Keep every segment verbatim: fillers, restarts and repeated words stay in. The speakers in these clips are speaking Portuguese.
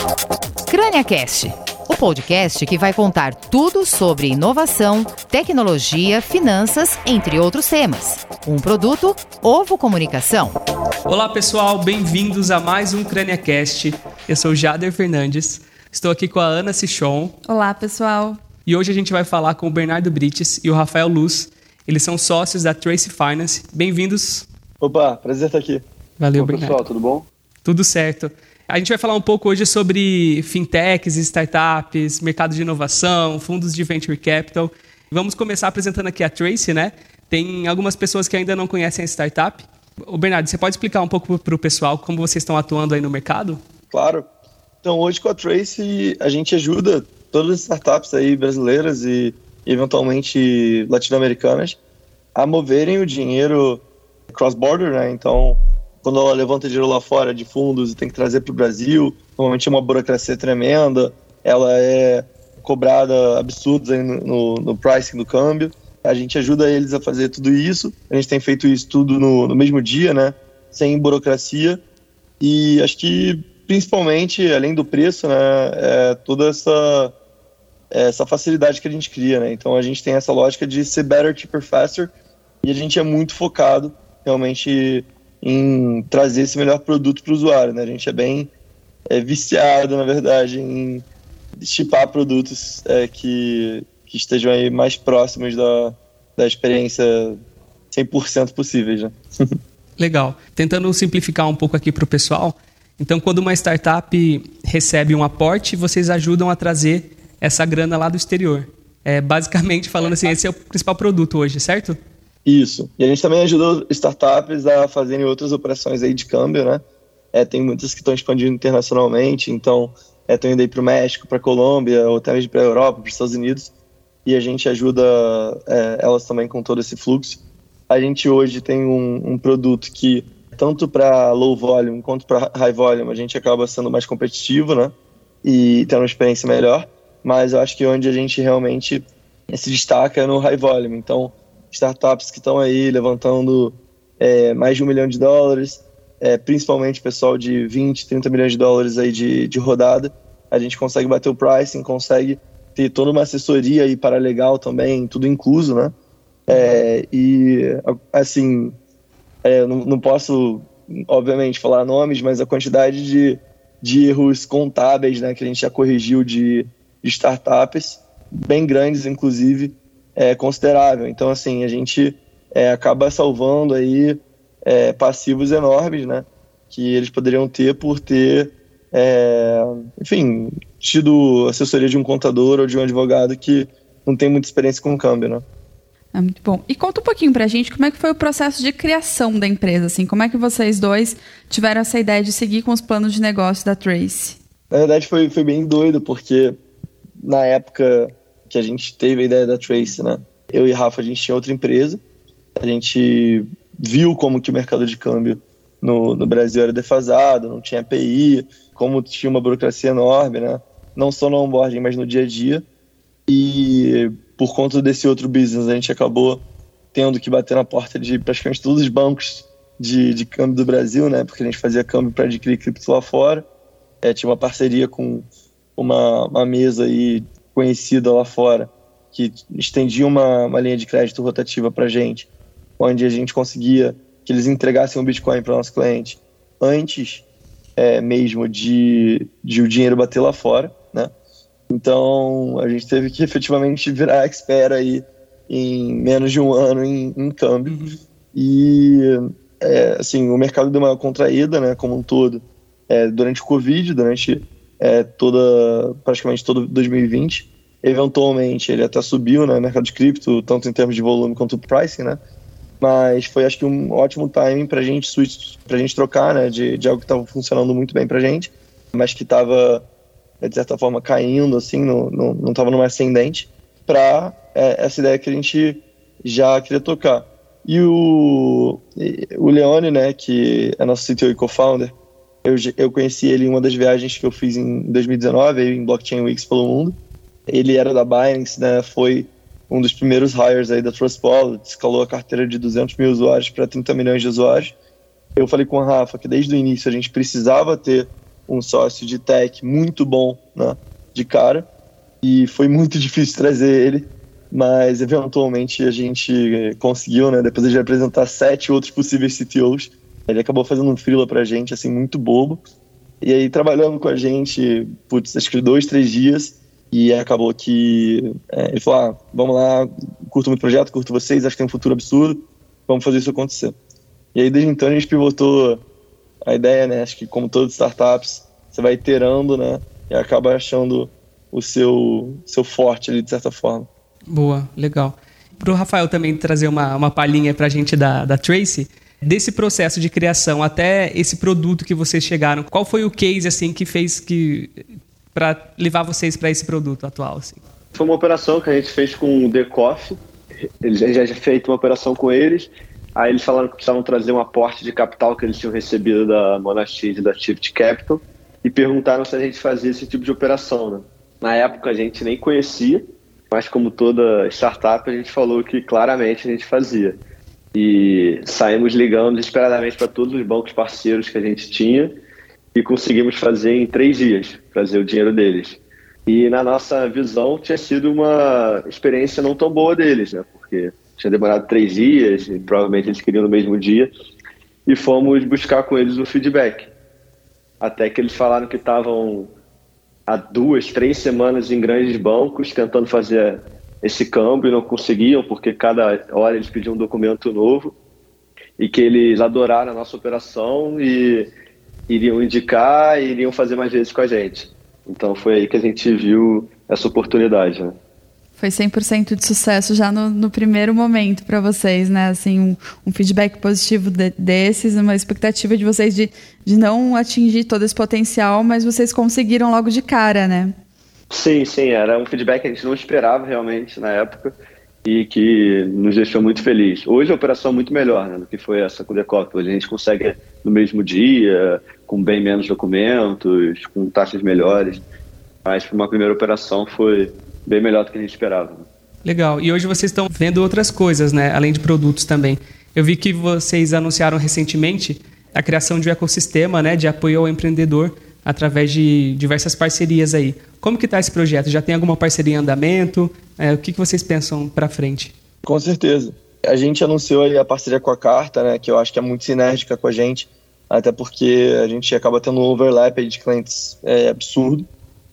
CrâniaCast, o podcast que vai contar tudo sobre inovação, tecnologia, finanças, entre outros temas. Um produto Ovo Comunicação. Olá pessoal, bem-vindos a mais um CrâniaCast. Eu sou o Jader Fernandes, estou aqui com a Ana Cichon. Olá pessoal. E hoje a gente vai falar com o Bernardo Brites e o Rafael Luz. Eles são sócios da Trace Finance. Bem-vindos. Opa, prazer estar aqui. Valeu, Bom, Bernardo. pessoal, tudo bom? Tudo certo. A gente vai falar um pouco hoje sobre fintechs, startups, mercado de inovação, fundos de venture capital. Vamos começar apresentando aqui a Trace, né? Tem algumas pessoas que ainda não conhecem a startup. Ô Bernardo, você pode explicar um pouco para o pessoal como vocês estão atuando aí no mercado? Claro. Então, hoje com a Trace, a gente ajuda todas as startups aí brasileiras e eventualmente latino-americanas a moverem o dinheiro cross-border, né? Então, quando ela levanta dinheiro lá fora de fundos e tem que trazer para o Brasil, normalmente é uma burocracia tremenda, ela é cobrada absurdos aí no, no, no pricing do câmbio. A gente ajuda eles a fazer tudo isso. A gente tem feito isso tudo no, no mesmo dia, né? Sem burocracia. E acho que, principalmente, além do preço, né? É toda essa, essa facilidade que a gente cria, né? Então, a gente tem essa lógica de ser better, cheaper, faster. E a gente é muito focado, realmente, em trazer esse melhor produto para o usuário, né? A gente é bem é, viciado, na verdade, em chipar produtos é, que, que estejam aí mais próximos da, da experiência cem por cento possíveis, né? Legal. Tentando simplificar um pouco aqui para o pessoal. Então, quando uma startup recebe um aporte, vocês ajudam a trazer essa grana lá do exterior. É, basicamente, falando assim, esse é o principal produto hoje, certo? Isso. E a gente também ajuda startups a fazerem outras operações aí de câmbio, né? É, tem muitas que estão expandindo internacionalmente, então estão é, indo aí para o México, para a Colômbia, ou até mesmo para a Europa, para os Estados Unidos, e a gente ajuda é, elas também com todo esse fluxo. A gente hoje tem um, um produto que, tanto para low volume quanto para high volume, a gente acaba sendo mais competitivo, né? E tendo uma experiência melhor, mas eu acho que onde a gente realmente se destaca é no high volume. Então, startups que estão aí levantando é, mais de um milhão de dólares, é, principalmente pessoal de vinte, trinta milhões de dólares aí de, de rodada, a gente consegue bater o pricing, consegue ter toda uma assessoria aí paralegal também, tudo incluso, né? É, e, assim, é, não, não posso, obviamente, falar nomes, mas a quantidade de, de erros contábeis, né, que a gente já corrigiu de, de startups, bem grandes, inclusive, é considerável. Então, assim, a gente é, acaba salvando aí é, passivos enormes, né? Que eles poderiam ter por ter, é, enfim, tido assessoria de um contador ou de um advogado que não tem muita experiência com câmbio, né? É muito bom. E conta um pouquinho pra gente como é que foi o processo de criação da empresa, assim, como é que vocês dois tiveram essa ideia de seguir com os planos de negócio da Trace? Na verdade, foi, foi bem doido, porque na época que a gente teve a ideia da Trace, né? Eu e Rafa, a gente tinha outra empresa, a gente viu como que o mercado de câmbio no, no Brasil era defasado, não tinha A P I, como tinha uma burocracia enorme, né? Não só no onboarding, mas no dia a dia. E por conta desse outro business, a gente acabou tendo que bater na porta de praticamente todos os bancos de, de câmbio do Brasil, né? Porque a gente fazia câmbio para adquirir cripto lá fora. É, tinha uma parceria com uma, uma mesa aí conhecida lá fora, que estendia uma, uma linha de crédito rotativa para a gente, onde a gente conseguia que eles entregassem um Bitcoin para o nosso cliente antes é, mesmo de, de o dinheiro bater lá fora, né? Então, a gente teve que efetivamente virar expert aí em menos de um ano em, em câmbio. Uhum. E, é, assim, o mercado deu uma contraída, né, como um todo, é, durante o Covid, durante é, toda, praticamente todo dois mil e vinte. Eventualmente ele até subiu, né, no mercado de cripto, tanto em termos de volume quanto pricing, né? Mas foi, acho que, um ótimo timing para a gente switch, pra gente trocar, né, de, de algo que estava funcionando muito bem para a gente, mas que estava, de certa forma, caindo, assim, não estava numa ascendente, para é, essa ideia que a gente já queria tocar. E o, o Leone, né, que é nosso C T O e co-founder, eu, eu conheci ele em uma das viagens que eu fiz em dois mil e dezenove, em Blockchain Weeks pelo mundo. Ele era da Binance, né, foi um dos primeiros hires aí da Trustwallet, escalou a carteira de duzentos mil usuários para trinta milhões de usuários. Eu falei com o Rafa que desde o início a gente precisava ter um sócio de tech muito bom, né, de cara, e foi muito difícil trazer ele, mas eventualmente a gente conseguiu, né, depois de apresentar sete outros possíveis C T Os, ele acabou fazendo um freela pra gente, assim, muito bobo, e aí trabalhando com a gente, putz, acho que dois, três dias, e acabou que é, ele falou, ah, vamos lá, curto muito o projeto, curto vocês, acho que tem um futuro absurdo, vamos fazer isso acontecer. E aí desde então a gente pivotou a ideia, né, acho que como todas as startups, você vai iterando, né, e acaba achando o seu, seu forte ali, de certa forma. Boa, legal. Para o Rafael também trazer uma, uma palhinha para a gente da, da Tracy, desse processo de criação até esse produto que vocês chegaram, qual foi o case assim, que fez que para levar vocês para esse produto atual? Assim? Foi uma operação que a gente fez com o The Coffee, eles já tinham feito uma operação com eles, aí eles falaram que precisavam trazer um aporte de capital que eles tinham recebido da Monastir e da Shift Capital e perguntaram se a gente fazia esse tipo de operação, né? Na época a gente nem conhecia, mas como toda startup a gente falou que claramente a gente fazia. E saímos ligando desesperadamente para todos os bancos parceiros que a gente tinha e conseguimos fazer em três dias, trazer o dinheiro deles. E na nossa visão tinha sido uma experiência não tão boa deles, né? Porque tinha demorado três dias e provavelmente eles queriam no mesmo dia. E fomos buscar com eles o feedback. Até que eles falaram que estavam há duas, três semanas em grandes bancos tentando fazer esse câmbio e não conseguiam, porque cada hora eles pediam um documento novo e que eles adoraram a nossa operação e iriam indicar e iriam fazer mais vezes com a gente. Então foi aí que a gente viu essa oportunidade, né? Foi cem por cento de sucesso já no, no primeiro momento para vocês, né? Assim, um, um feedback positivo de, desses, uma expectativa de vocês de, de não atingir todo esse potencial, mas vocês conseguiram logo de cara, né? Sim, sim, era um feedback que a gente não esperava realmente na época e que nos deixou muito feliz. Hoje a operação é muito melhor, né, do que foi essa com o The Coffee. Hoje a gente consegue no mesmo dia, com bem menos documentos, com taxas melhores, mas para uma primeira operação foi bem melhor do que a gente esperava. Legal. E hoje vocês estão vendo outras coisas, né? Além de produtos também. Eu vi que vocês anunciaram recentemente a criação de um ecossistema, né, de apoio ao empreendedor através de diversas parcerias aí. Como que está esse projeto? Já tem alguma parceria em andamento? É, o que, que vocês pensam para frente? Com certeza. A gente anunciou aí a parceria com a Carta, né, que eu acho que é muito sinérgica com a gente, até porque a gente acaba tendo um overlap aí de clientes é, absurdo.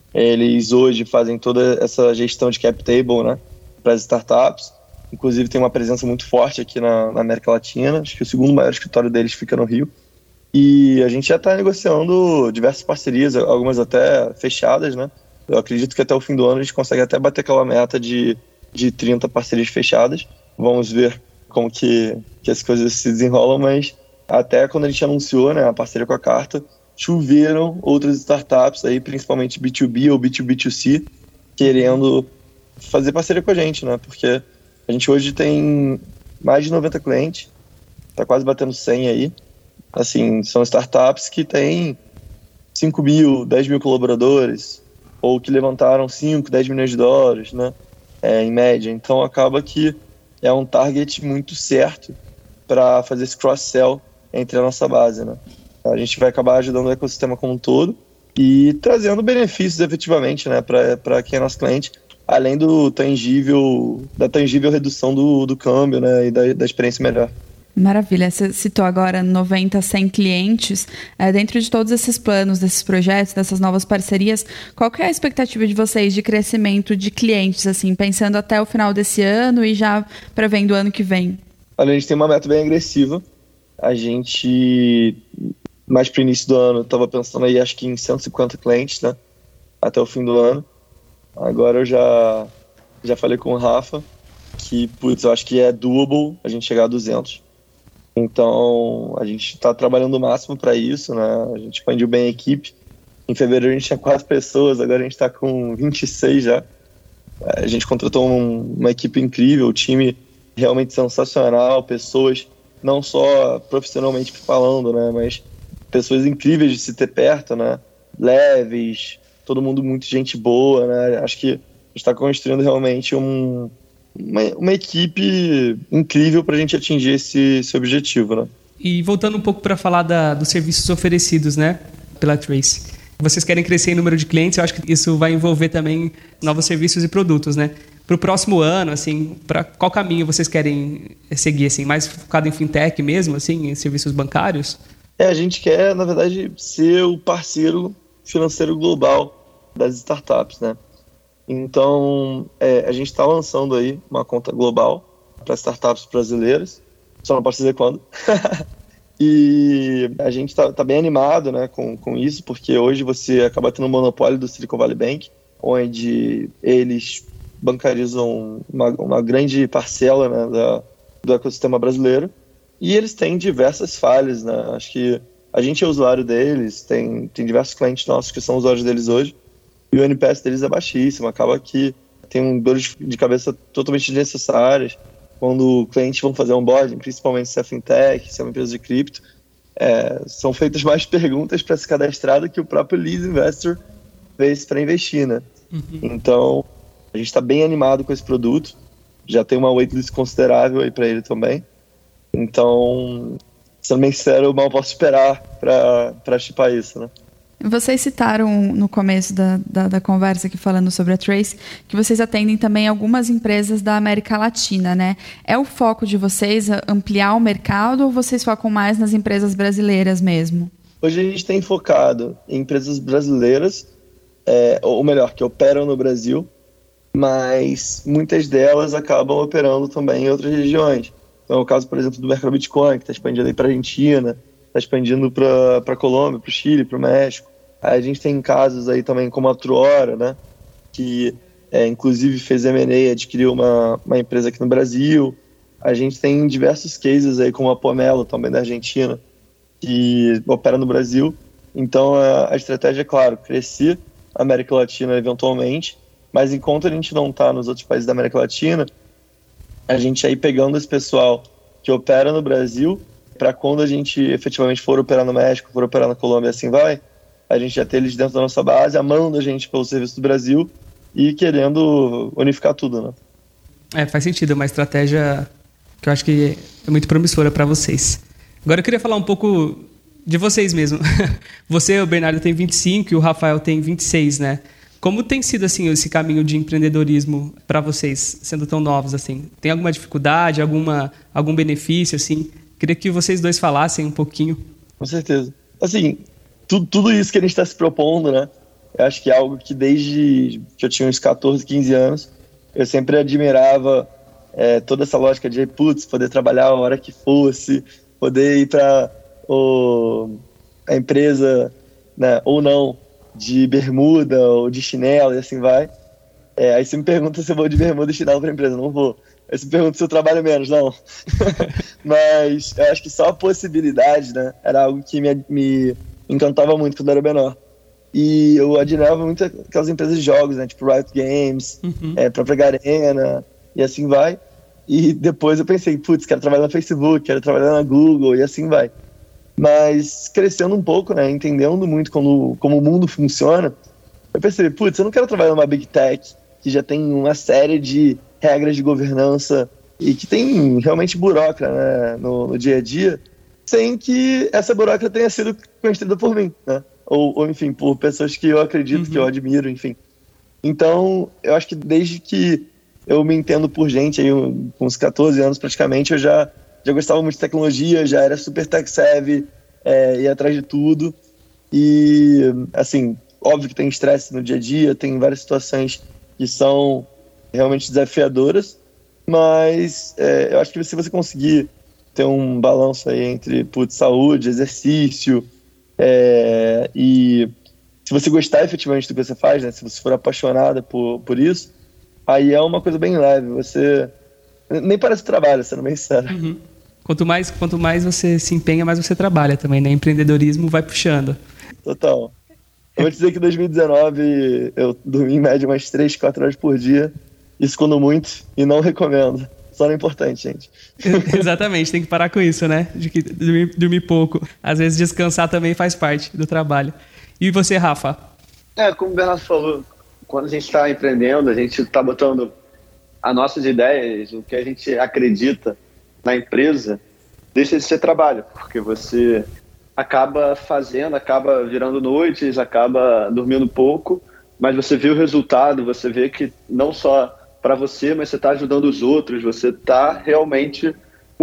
Eles hoje fazem toda essa gestão de cap table, né, para as startups. Inclusive tem uma presença muito forte aqui na, na América Latina. Acho que o segundo maior escritório deles fica no Rio. E a gente já está negociando diversas parcerias, algumas até fechadas, né? Eu acredito que até o fim do ano a gente consegue até bater aquela meta de, de trinta parcerias fechadas. Vamos ver como que, que as coisas se desenrolam, mas até quando a gente anunciou, né, a parceria com a Carta, choveram outras startups, aí, principalmente B dois B ou B dois B dois C, querendo fazer parceria com a gente, né? Porque a gente hoje tem mais de noventa clientes, está quase batendo cem aí. Assim, são startups que têm cinco mil, dez mil colaboradores, ou que levantaram cinco, dez milhões de dólares, né? É, em média. Então acaba que é um target muito certo para fazer esse cross-sell entre a nossa base, né? A gente vai acabar ajudando o ecossistema como um todo e trazendo benefícios efetivamente, né, para quem é nosso cliente, além do tangível, da tangível redução do, do câmbio, né, e da, da experiência melhor. Maravilha, você citou agora noventa, cem clientes. É, dentro de todos esses planos, desses projetos, dessas novas parcerias, qual que é a expectativa de vocês de crescimento de clientes, assim, pensando até o final desse ano e já prevendo o ano que vem? Olha, a gente tem uma meta bem agressiva. A gente, mais para o início do ano, estava pensando aí, acho que em cento e cinquenta clientes, né, até o fim do ano. Agora eu já, já falei com o Rafa que, putz, eu acho que é doable a gente chegar a duzentos. Então, a gente está trabalhando o máximo para isso, né? A gente expandiu bem a equipe. Em fevereiro a gente tinha quatro pessoas, agora a gente está com vinte e seis já. A gente contratou um, uma equipe incrível, um time realmente sensacional, pessoas não só profissionalmente falando, né? Mas pessoas incríveis de se ter perto, né? Leves, todo mundo muito gente boa, né? Acho que a gente está construindo realmente um... Uma, uma equipe incrível para a gente atingir esse, esse objetivo, né? E voltando um pouco para falar da, dos serviços oferecidos, né, pela Tracy. vocês querem crescer em número de clientes, eu acho que isso vai envolver também novos serviços e produtos, né? Para o próximo ano, assim, para qual caminho vocês querem seguir, assim, mais focado em fintech mesmo, assim, em serviços bancários? É, a gente quer, na verdade, ser o parceiro financeiro global das startups, né? Então, é, a gente está lançando aí uma conta global para startups brasileiras, só não posso dizer quando. E a gente está tá bem animado, né, com, com isso, porque hoje você acaba tendo um monopólio do Silicon Valley Bank, onde eles bancarizam uma, uma grande parcela, né, da, do ecossistema brasileiro, e eles têm diversas falhas, né? Acho que a gente é usuário deles, tem, tem diversos clientes nossos que são usuários deles hoje, e o N P S deles é baixíssimo, acaba que tem um dores de cabeça totalmente desnecessárias quando clientes vão fazer onboarding, principalmente se é fintech, se é uma empresa de cripto. É, são feitas mais perguntas para se cadastrar do que o próprio lead investor fez para investir, né? Uhum. Então, a gente está bem animado com esse produto, já tem uma waitlist considerável aí para ele também. Então, sendo bem sincero, eu mal posso esperar para chipar isso, né? Vocês citaram no começo da, da, da conversa aqui falando sobre a Trace, que vocês atendem também algumas empresas da América Latina, né? É o foco de vocês ampliar o mercado ou vocês focam mais nas empresas brasileiras mesmo? Hoje a gente tem focado em empresas brasileiras, é, ou melhor, que operam no Brasil, mas muitas delas acabam operando também em outras regiões. Então é o caso, por exemplo, do mercado Bitcoin, que está expandindo aí para a Argentina, está expandindo para a Colômbia, para o Chile, para o México. Aí a gente tem casos aí também como a Truora, né, que é, inclusive fez M and A, adquiriu uma, uma empresa aqui no Brasil. A gente tem diversos cases aí como a Pomelo, também da Argentina, que opera no Brasil. Então a, a estratégia é, claro, crescer a América Latina eventualmente, mas enquanto a gente não está nos outros países da América Latina, a gente aí pegando esse pessoal que opera no Brasil, para quando a gente efetivamente for operar no México, for operar na Colômbia, assim vai, a gente já ter eles dentro da nossa base, amando a gente pelo serviço do Brasil e querendo unificar tudo, né? É, faz sentido, é uma estratégia que eu acho que é muito promissora para vocês. Agora eu queria falar um pouco de vocês mesmo. Você, o Bernardo, tem vinte e cinco e o Rafael tem vinte e seis, né? Como tem sido assim esse caminho de empreendedorismo para vocês, sendo tão novos assim? Tem alguma dificuldade, alguma, algum benefício, assim? Queria que vocês dois falassem um pouquinho. Com certeza. Assim, tudo, tudo isso que a gente está se propondo, né? Eu acho que é algo que desde que eu tinha uns catorze, quinze anos, eu sempre admirava é, toda essa lógica de, putz, poder trabalhar a hora que fosse, poder ir para a empresa, né, ou não, de bermuda ou de chinelo e assim vai. É, aí você me pergunta se eu vou de bermuda e chinelo para a empresa, não vou. Aí você me pergunta se eu trabalho menos, não. Mas eu acho que só a possibilidade, né, era algo que me, me encantava muito quando eu era menor. E eu admirava muito aquelas empresas de jogos, né, tipo Riot Games, uhum. é, própria Garena e assim vai. E depois eu pensei, putz, quero trabalhar no Facebook, quero trabalhar na Google e assim vai. Mas crescendo um pouco, né, entendendo muito como, como o mundo funciona, eu percebi, putz, eu não quero trabalhar numa Big Tech que já tem uma série de regras de governança e que tem realmente burocrata, né, no, no dia a dia, sem que essa burocrata tenha sido construída por mim, né? Ou, ou enfim, por pessoas que eu acredito, uhum. que eu admiro, enfim. Então, eu acho que desde que eu me entendo por gente, aí, com uns catorze anos praticamente, eu já, já gostava muito de tecnologia, já era super tech-savvy, é, ia atrás de tudo. E, assim, óbvio que tem estresse no dia a dia, tem várias situações que são realmente desafiadoras, mas é, eu acho que se você conseguir ter um balanço aí entre putz, saúde, exercício, é, e se você gostar efetivamente do que você faz, né, se você for apaixonada por, por isso, aí é uma coisa bem leve, você nem parece trabalho, sendo bem sério. Uhum. Quanto mais, quanto mais você se empenha, mais você trabalha também, né? Empreendedorismo vai puxando. Total. Eu vou dizer que em dois mil e dezenove eu dormi em média umas três, quatro horas por dia, isso quando muito, e não recomendo. Só não é importante, gente. Exatamente, tem que parar com isso, né? De que dormir, dormir pouco. Às vezes descansar também faz parte do trabalho. E você, Rafa? É, como o Bernardo falou, quando a gente está empreendendo, a gente está botando as nossas ideias, o que a gente acredita na empresa, deixa de ser trabalho, porque você acaba fazendo, acaba virando noites, acaba dormindo pouco, mas você vê o resultado, você vê que não só para você, mas você está ajudando os outros, você está realmente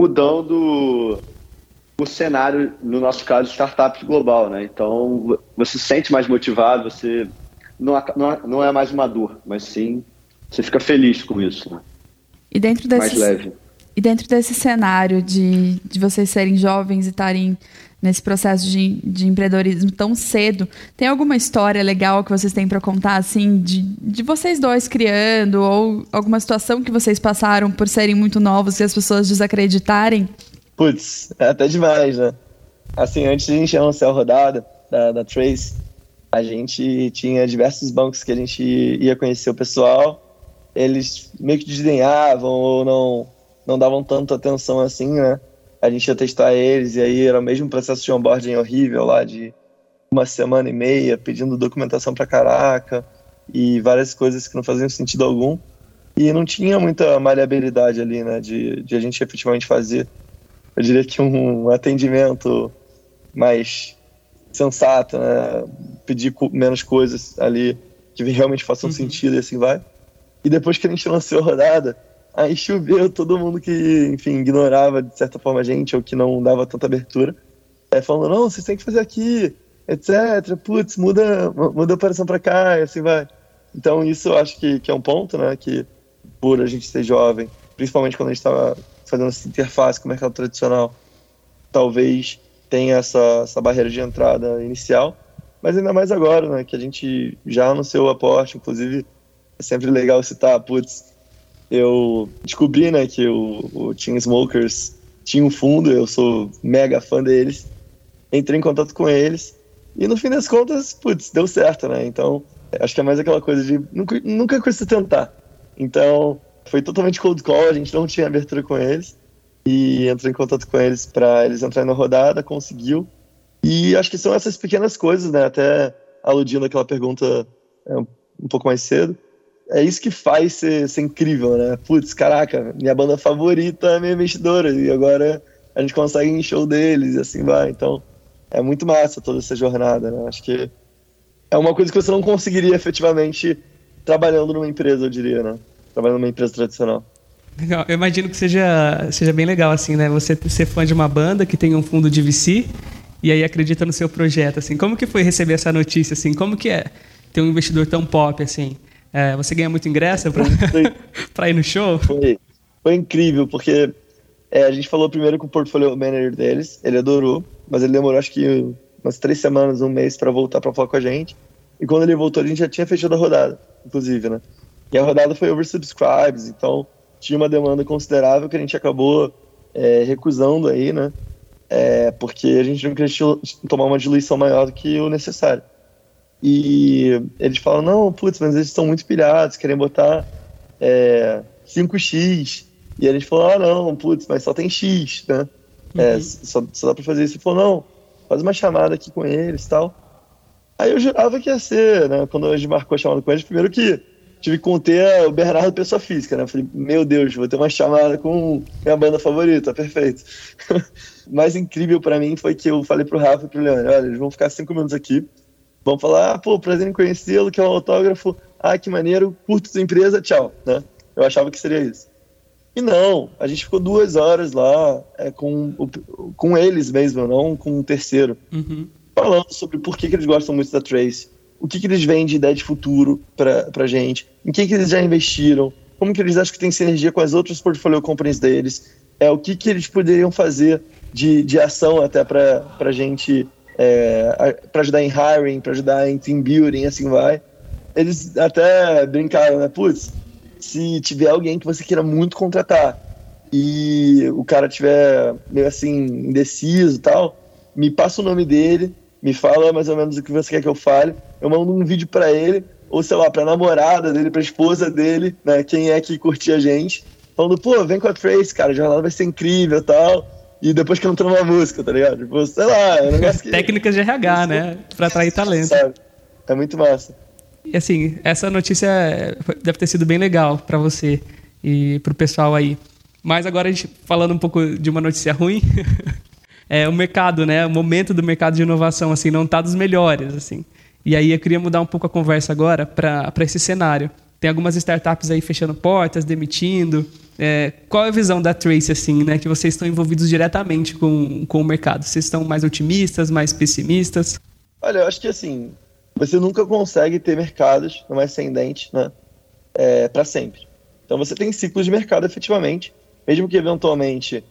mudando o cenário, no nosso caso, startup global, né? Então, você se sente mais motivado, você não, não, não é mais uma dor, mas sim, você fica feliz com isso, né? E dentro desse, mais leve. E dentro desse cenário de, de vocês serem jovens e estarem nesse processo de, de empreendedorismo tão cedo, tem alguma história legal que vocês têm para contar, assim, de, de vocês dois criando, ou alguma situação que vocês passaram por serem muito novos e as pessoas desacreditarem? Putz, é até demais, né? Assim, antes de a gente anunciar a rodada da, da Trace, a gente tinha diversos bancos que a gente ia conhecer o pessoal, eles meio que desdenhavam ou não, não davam tanta atenção assim, né? A gente ia testar eles e aí era o mesmo processo de onboarding horrível lá de uma semana e meia, pedindo documentação pra caraca e várias coisas que não faziam sentido algum. E não tinha muita maleabilidade ali, né, de, de a gente efetivamente fazer. Eu diria que um atendimento mais sensato, né, pedir menos coisas ali que realmente façam uhum. sentido e assim vai. E depois que a gente lançou a rodada, aí choveu todo mundo que, enfim, ignorava de certa forma a gente ou que não dava tanta abertura, é, falando, não, vocês têm que fazer aqui, etcétera. Putz, muda, muda a operação pra cá e assim vai. Então isso eu acho que, que é um ponto, né, que por a gente ser jovem, principalmente quando a gente estava fazendo essa interface com o mercado tradicional, talvez tenha essa, essa barreira de entrada inicial, mas ainda mais agora, né, que a gente já anunciou o aporte, inclusive é sempre legal citar, putz, eu descobri, né, que o, o Team Smokers tinha um fundo, eu sou mega fã deles, entrei em contato com eles e no fim das contas, putz, deu certo, né, então acho que é mais aquela coisa de nunca, nunca custa tentar. Então foi totalmente cold call, a gente não tinha abertura com eles e entrei em contato com eles para eles entrarem na rodada, conseguiu. E acho que são essas pequenas coisas, né, até aludindo àquela pergunta é, um pouco mais cedo, é isso que faz ser, ser incrível, né? Putz, caraca, minha banda favorita é minha investidora e agora a gente consegue ir em show deles e assim vai. Então, é muito massa toda essa jornada, né? Acho que é uma coisa que você não conseguiria efetivamente trabalhando numa empresa, eu diria, né? Trabalhando numa empresa tradicional. Legal. Eu imagino que seja, seja bem legal, assim, né? Você ser fã de uma banda que tem um fundo de V C e aí acredita no seu projeto, assim. Como que foi receber essa notícia, assim? Como que é ter um investidor tão pop, assim? É, você ganha muito ingresso para ir no show? Foi, foi incrível, porque é, a gente falou primeiro com o portfolio manager deles, ele adorou, mas ele demorou acho que umas três semanas, um mês para voltar para falar com a gente. E quando ele voltou, a gente já tinha fechado a rodada, inclusive, né? E a rodada foi oversubscribed, então tinha uma demanda considerável que a gente acabou é, recusando aí, né? É, porque a gente não queria tomar uma diluição maior do que o necessário. E eles falam, não, putz, mas eles estão muito pilhados, querem botar é, cinco x. E a gente falou, ah, não, putz, mas só tem X, né? Uhum. É, só, só dá pra fazer isso. Ele falou, não, faz uma chamada aqui com eles e tal. Aí eu jurava que ia ser, né? Quando a gente marcou a chamada com eles, primeiro que tive que conter o Bernardo pessoa física, né? Falei, meu Deus, vou ter uma chamada com minha banda favorita, perfeito. O mais incrível pra mim foi que eu falei pro Rafa e pro Leandro, olha, eles vão ficar cinco minutos aqui, vão falar, ah, pô, prazer em conhecê-lo, que é um autógrafo, ah, que maneiro, curto sua empresa, tchau, né? Eu achava que seria isso. E não, a gente ficou duas horas lá é, com, com eles mesmo, não com um terceiro, uhum. falando sobre por que, que eles gostam muito da Trace, o que, que eles veem de ideia de futuro pra, pra gente, em que, que eles já investiram, como que eles acham que tem sinergia com as outras portfolio companies deles, é, o que, que eles poderiam fazer de, de ação até pra, pra gente... É, para ajudar em hiring, para ajudar em team building, assim vai. Eles até brincaram, né? Putz, se tiver alguém que você queira muito contratar e o cara tiver meio assim, indeciso e tal, me passa o nome dele, me fala mais ou menos o que você quer que eu fale, eu mando um vídeo para ele, ou sei lá, pra namorada dele, pra esposa dele, né? Quem é que curte a gente, falando, pô, vem com a Trace, cara, a jornada vai ser incrível e tal. E depois que eu não tô numa música, tá ligado? Tipo, sei lá, é um negócio que... Técnicas de R H, né? Pra atrair talento. Sabe? É muito massa. E assim, essa notícia deve ter sido bem legal pra você e pro pessoal aí. Mas agora a gente falando um pouco de uma notícia ruim, é, o mercado, né, o momento do mercado de inovação, assim, não está dos melhores, assim. E aí eu queria mudar um pouco a conversa agora para esse cenário. Tem algumas startups aí fechando portas, demitindo. É, qual é a visão da Tracy, assim, né, que vocês estão envolvidos diretamente com, com o mercado? Vocês estão mais otimistas, mais pessimistas? Olha, eu acho que assim, você nunca consegue ter mercados não ascendentes, né, é, para sempre. Então você tem ciclos de mercado efetivamente, mesmo que eventualmente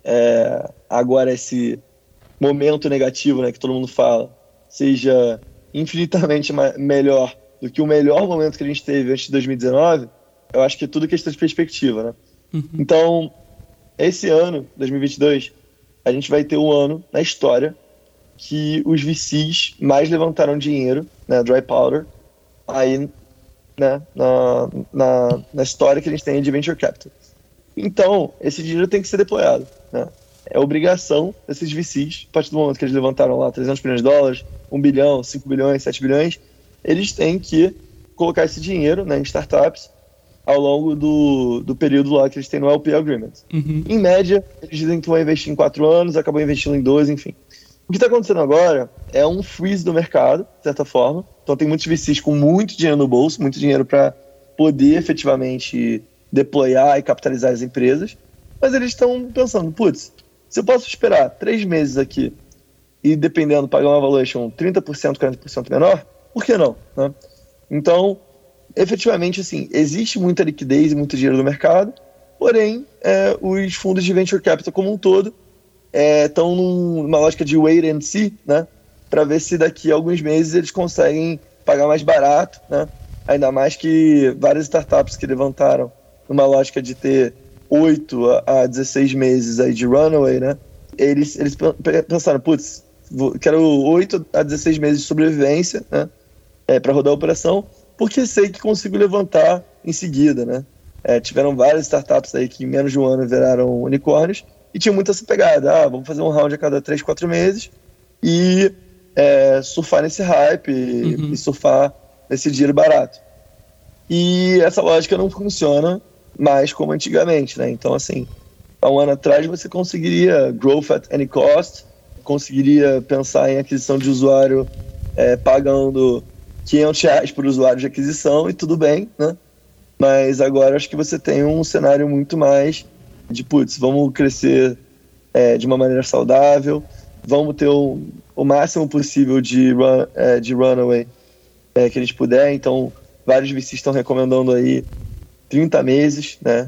é, agora esse momento negativo, né, que todo mundo fala, seja infinitamente melhor do que o melhor momento que a gente teve antes de dois mil e dezenove, eu acho que é tudo questão de perspectiva, né? Uhum. Então, esse ano, dois mil e vinte e dois, a gente vai ter um ano na história que os V Cs mais levantaram dinheiro, né, dry powder, aí, né, na, na, na história que a gente tem de venture capital. Então, esse dinheiro tem que ser deployado, né? É obrigação desses V Cs, a partir do momento que eles levantaram lá trezentos milhões de dólares, um bilhão, cinco bilhões, sete bilhões, eles têm que colocar esse dinheiro, né, em startups ao longo do, do período lá que eles têm no L P Agreement. Uhum. Em média, eles dizem que vão investir em quatro anos, acabam investindo em dois, enfim. O que está acontecendo agora é um freeze do mercado, de certa forma. Então tem muitos V Cs com muito dinheiro no bolso, muito dinheiro para poder efetivamente deployar e capitalizar as empresas, mas eles estão pensando, putz, se eu posso esperar três meses aqui e, dependendo, pagar uma valuation trinta por cento, quarenta por cento menor, por que não? Né? Então, efetivamente, assim, existe muita liquidez e muito dinheiro no mercado, porém, é, os fundos de venture capital como um todo estão é, numa lógica de wait and see, né, para ver se daqui a alguns meses eles conseguem pagar mais barato, né? Ainda mais que várias startups que levantaram numa lógica de ter oito a dezesseis meses aí de runway, né? Eles, eles pensaram, putz, quero oito a dezesseis meses de sobrevivência, né? É, para rodar a operação, porque sei que consigo levantar em seguida, né? É, tiveram várias startups aí que em menos de um ano viraram unicórnios e tinha muita essa pegada, ah, vamos fazer um round a cada três, quatro meses e é, surfar nesse hype uhum. e, e surfar nesse dinheiro barato. E essa lógica não funciona mais como antigamente, né? Então, assim, há um ano atrás você conseguiria growth at any cost, conseguiria pensar em aquisição de usuário é, pagando quinhentos reais por usuário de aquisição e tudo bem, né? Mas agora acho que você tem um cenário muito mais de, putz, vamos crescer é, de uma maneira saudável, vamos ter o, o máximo possível de, run, é, de runaway é, que a gente puder. Então, vários V Cs estão recomendando aí trinta meses, né?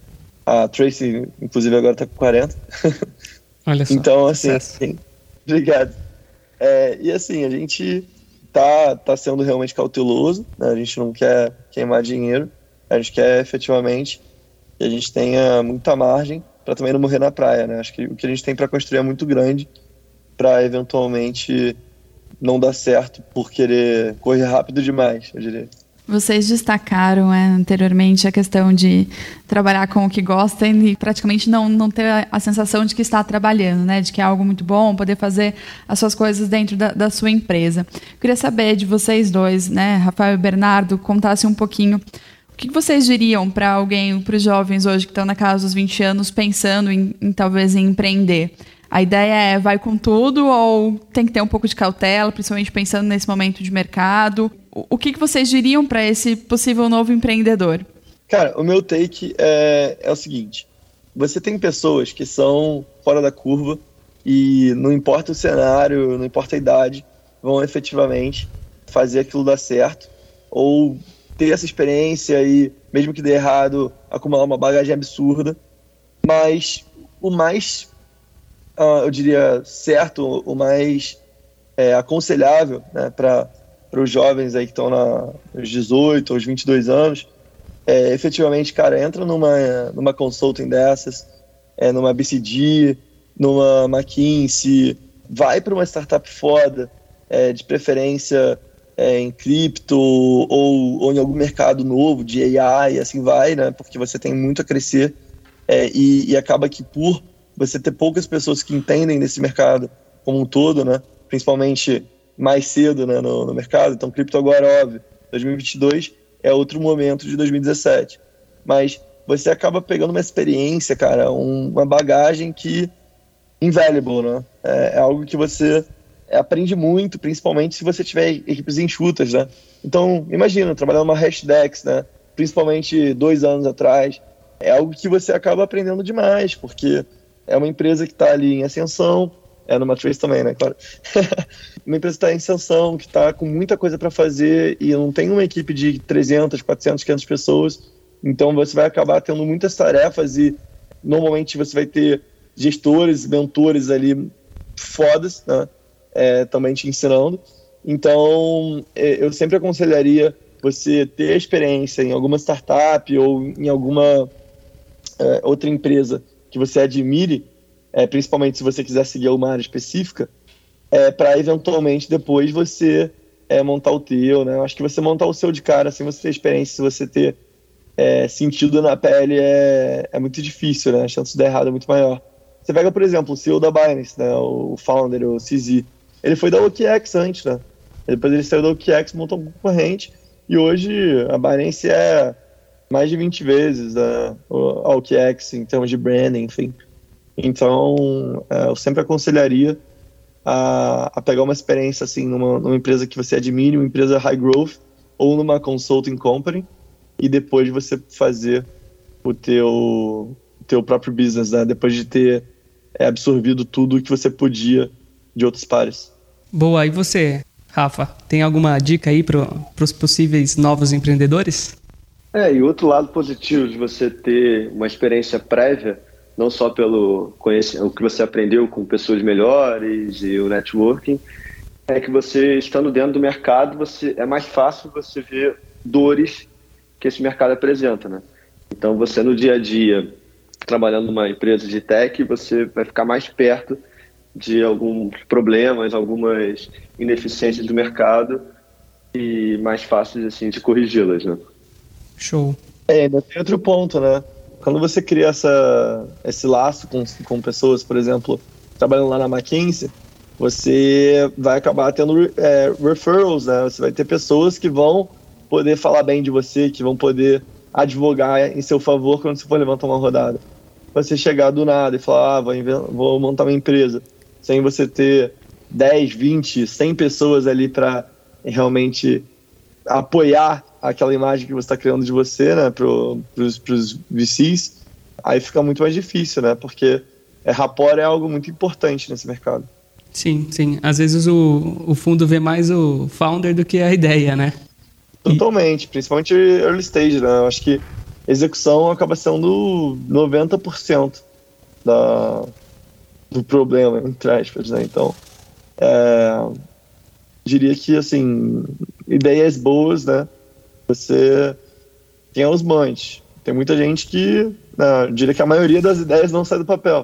A Tracy, inclusive, agora está com quarenta. Olha só. Então, assim, assim obrigado. É, e assim, a gente tá, tá sendo realmente cauteloso, né? A gente não quer queimar dinheiro, a gente quer efetivamente que a gente tenha muita margem para também não morrer na praia, né? Acho que o que a gente tem para construir é muito grande para eventualmente não dar certo por querer correr rápido demais, eu diria. Vocês destacaram é, anteriormente a questão de trabalhar com o que gostam e praticamente não, não ter a, a sensação de que está trabalhando, né? De que é algo muito bom, poder fazer as suas coisas dentro da, da sua empresa. Eu queria saber de vocês dois, né, Rafael e Bernardo, contassem um pouquinho o que vocês diriam para alguém, para os jovens hoje que estão na casa dos vinte anos pensando em, em talvez em empreender. A ideia é vai com tudo ou tem que ter um pouco de cautela, principalmente pensando nesse momento de mercado? O que vocês diriam para esse possível novo empreendedor? Cara, o meu take é, é o seguinte. Você tem pessoas que são fora da curva e não importa o cenário, não importa a idade, vão efetivamente fazer aquilo dar certo ou ter essa experiência e, mesmo que dê errado, acumular uma bagagem absurda. Mas o mais, uh, eu diria, certo, o mais é, aconselhável, né, para para os jovens aí que estão nos dezoito, aos vinte e dois anos, é, efetivamente, cara, entra numa, numa consulting dessas, é, numa B C G, numa McKinsey, vai para uma startup foda, é, de preferência é, em cripto ou, ou em algum mercado novo de A I, e assim vai, né, porque você tem muito a crescer é, e, e acaba que por você ter poucas pessoas que entendem desse mercado como um todo, né, principalmente mais cedo, né, no, no mercado. Então, cripto agora, óbvio, dois mil e vinte e dois é outro momento de dois mil e dezessete. Mas você acaba pegando uma experiência, cara, um, uma bagagem que invaluable, né? É, é algo que você aprende muito, principalmente se você tiver equipes enxutas, né? Então, imagina, trabalhar numa Hashdex, né? Principalmente dois anos atrás, é algo que você acaba aprendendo demais, porque é uma empresa que está ali em ascensão, é numa Trace também, né, claro. Uma empresa que está em ascensão, que está com muita coisa para fazer e não tem uma equipe de trezentas, quatrocentas, quinhentas pessoas, então você vai acabar tendo muitas tarefas e normalmente você vai ter gestores, mentores ali fodas, né, é, também te ensinando. Então, eu sempre aconselharia você ter experiência em alguma startup ou em alguma é, outra empresa que você admire, é, principalmente se você quiser seguir uma área específica, é, para eventualmente depois você é, montar o teu, né? Eu acho que você montar o seu de cara, sem você ter experiência, se você ter é, sentido na pele, é, é muito difícil, né? A chance de dar errado é muito maior. Você pega, por exemplo, o C E O da Binance, né? O founder, o C Z, ele foi da O K X antes, né? Depois ele saiu da O K X, montou um concorrente, e hoje a Binance é mais de vinte vezes a, a O K X em termos de branding, enfim. Então, é, eu sempre aconselharia a, a pegar uma experiência assim numa, numa empresa que você admire, uma empresa high growth, ou numa consulting company, e depois você fazer o teu, teu próprio business, né? Depois de ter é, absorvido tudo que você podia de outros pares. Boa, e você, Rafa, tem alguma dica aí para os possíveis novos empreendedores? É, e outro lado positivo de você ter uma experiência prévia, não só pelo conhecimento, o que você aprendeu com pessoas melhores e o networking, é que você, estando dentro do mercado, você, é mais fácil você ver dores que esse mercado apresenta, né? Então, você no dia a dia, trabalhando numa empresa de tech, você vai ficar mais perto de alguns problemas, algumas ineficiências do mercado e mais fáceis assim, de corrigi-las, né? Show. É, ainda tem outro ponto, né? Quando você cria essa, esse laço com, com pessoas, por exemplo, trabalhando lá na McKinsey, você vai acabar tendo é, referrals, né? Você vai ter pessoas que vão poder falar bem de você, que vão poder advogar em seu favor quando você for levantar uma rodada. Você chegar do nada e falar, ah, vou, vou montar uma empresa, sem você ter dez, vinte, cem pessoas ali para realmente apoiar aquela imagem que você está criando de você, né, para os V Cs, aí fica muito mais difícil, né, porque é, rapport é algo muito importante nesse mercado. Sim, sim. Às vezes o, o fundo vê mais o founder do que a ideia, né? Totalmente, e... principalmente early stage, né, eu acho que execução acaba sendo noventa por cento da, do problema, entre aspas, né, então é, diria que, assim, ideias boas, né, você tem os montes. Tem muita gente que, né, eu diria que a maioria das ideias não sai do papel.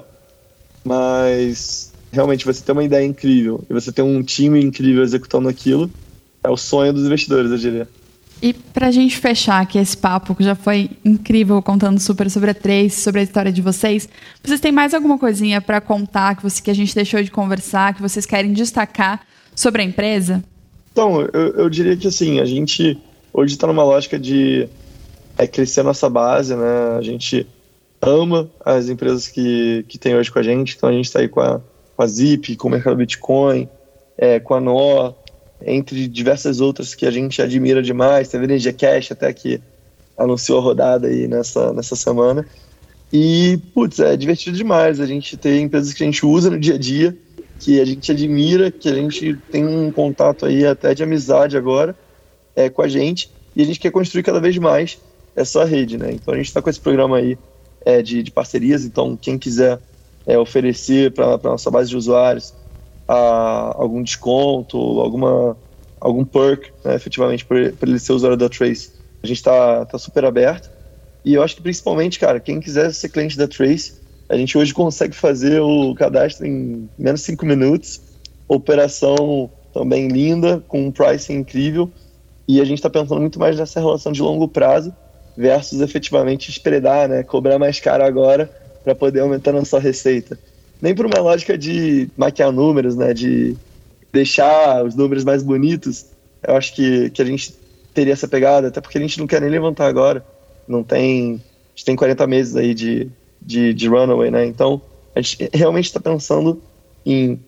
Mas, realmente, você ter uma ideia incrível e você ter um time incrível executando aquilo é o sonho dos investidores, eu diria. E pra gente fechar aqui esse papo, que já foi incrível, contando super sobre a Trace, sobre a história de vocês, vocês têm mais alguma coisinha pra contar que, você, que a gente deixou de conversar, que vocês querem destacar sobre a empresa? Então, eu, eu diria que, assim, a gente hoje está numa lógica de é, crescer a nossa base, né? A gente ama as empresas que, que tem hoje com a gente, então a gente está aí com a, com a Zip, com o mercado Bitcoin, é, com a Nó, entre diversas outras que a gente admira demais. Teve a Energia Cash até que anunciou a rodada aí nessa, nessa semana. E, putz, é divertido demais a gente ter empresas que a gente usa no dia a dia, que a gente admira, que a gente tem um contato aí até de amizade agora, É, com a gente, e a gente quer construir cada vez mais essa rede, né? Então a gente está com esse programa aí é, de, de parcerias, então quem quiser é, oferecer para a nossa base de usuários a, algum desconto, alguma, algum perk, né, efetivamente, para ele ser usuário da Trace, a gente está tá super aberto. E eu acho que principalmente, cara, quem quiser ser cliente da Trace, a gente hoje consegue fazer o cadastro em menos de cinco minutos, operação também linda, com um pricing incrível. E a gente está pensando muito mais nessa relação de longo prazo versus efetivamente spreadar, né? Cobrar mais caro agora para poder aumentar a nossa receita. Nem por uma lógica de maquiar números, né? De deixar os números mais bonitos. Eu acho que, que a gente teria essa pegada, até porque a gente não quer nem levantar agora. Não tem... A gente tem quarenta meses aí de, de, de runaway, né? Então, a gente realmente está pensando em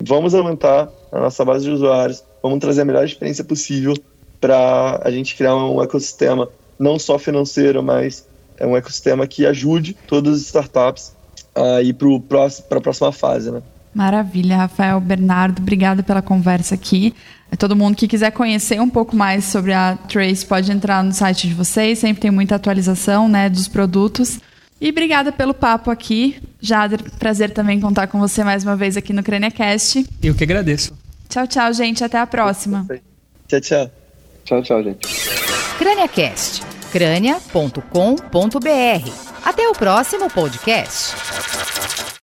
vamos aumentar a nossa base de usuários, vamos trazer a melhor experiência possível para a gente criar um ecossistema não só financeiro, mas é um ecossistema que ajude todas as startups a ir para a próxima fase, né? Maravilha, Rafael, Bernardo, obrigada pela conversa aqui. Todo mundo que quiser conhecer um pouco mais sobre a Trace pode entrar no site de vocês, sempre tem muita atualização, né, dos produtos. E obrigada pelo papo aqui. Jader, prazer também contar com você mais uma vez aqui no CrâniaCast. Eu que agradeço. Tchau, tchau, gente. Até a próxima. Tchau, tchau. Tchau, tchau, gente. CrâniaCast, crânia ponto com ponto br. Até o próximo podcast.